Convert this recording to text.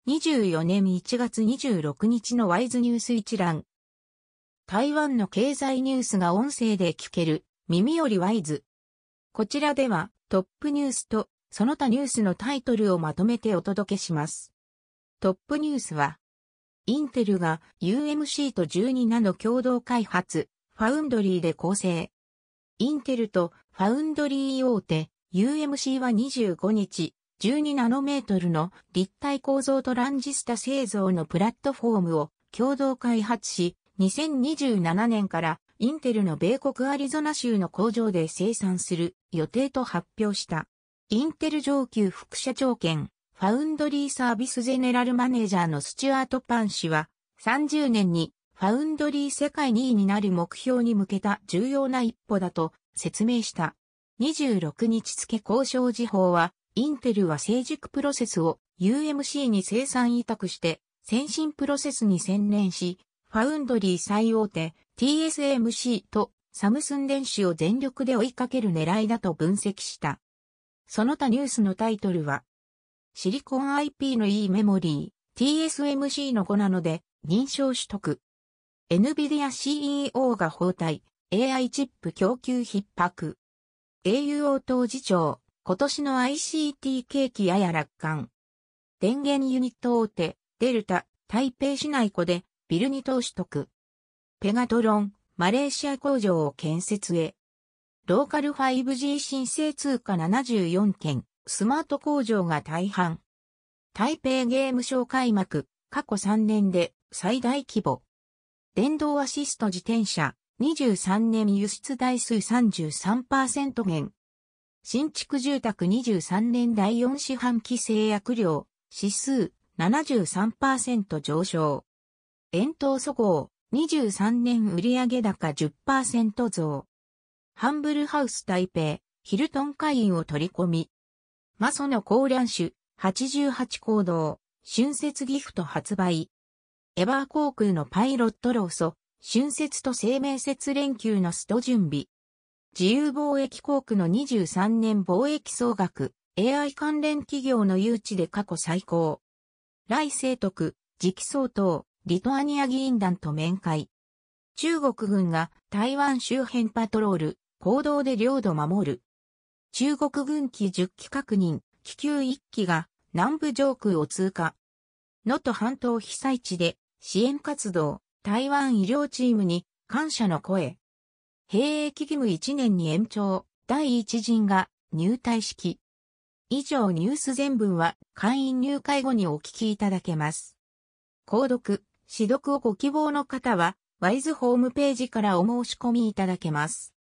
2024年1月26日のワイズニュース一覧。台湾の経済ニュースが音声で聞ける、耳よりワイズ。こちらではトップニュースとその他ニュースのタイトルをまとめてお届けします。トップニュースは、インテルが UMC と12ナノ共同開発、ファウンドリーで構成。インテルとファウンドリー大手 UMC は25日、12ナノメートルの立体構造トランジスタ製造のプラットフォームを共同開発し、2027年からインテルの米国アリゾナ州の工場で生産する予定と発表した。インテル上級副社長兼ファウンドリーサービスゼネラルマネージャーのスチュアート・パン氏は30年にファウンドリー世界2位になる目標に向けた重要な一歩だと説明した。26日付交渉時報はインテルは成熟プロセスを UMC に生産委託して先進プロセスに専念し、ファウンドリー最大手 TSMC とサムスン電子を全力で追いかける狙いだと分析した。その他ニュースのタイトルは、シリコン IP の E メモリー TSMC の5ナノで認証取得。NVIDIA CEO が包帯 AI チップ供給逼迫。au 応答次長。今年の ICT 景気やや楽観。電源ユニット大手、デルタ、台北市内湖でビル2棟取得。ペガトロン、マレーシア工場を建設へ。ローカル 5G 申請通貨74件、スマート工場が大半。台北ゲームショー開幕、過去3年で最大規模。電動アシスト自転車、23年輸出台数 33% 減。新築住宅23年第4四半期制約量、指数 73% 上昇。円東そごう、23年売上高 10% 増。ハンブルハウス台北、ヒルトン会員を取り込み。マソの高梁種、88行動、春節ギフト発売。エバー航空のパイロット労組、春節と清明節連休のスト準備。自由貿易航空の23年貿易総額、AI 関連企業の誘致で過去最高。来清徳、次期総統、リトアニア議員団と面会。中国軍が台湾周辺パトロール、公道で領土守る。中国軍機10機確認、気球1機が南部上空を通過。能登半島被災地で支援活動、台湾医療チームに感謝の声。兵役義務1年に延長、第一陣が入隊式。以上ニュース全文は会員入会後にお聞きいただけます。購読、試読をご希望の方は、ワイズホームページからお申し込みいただけます。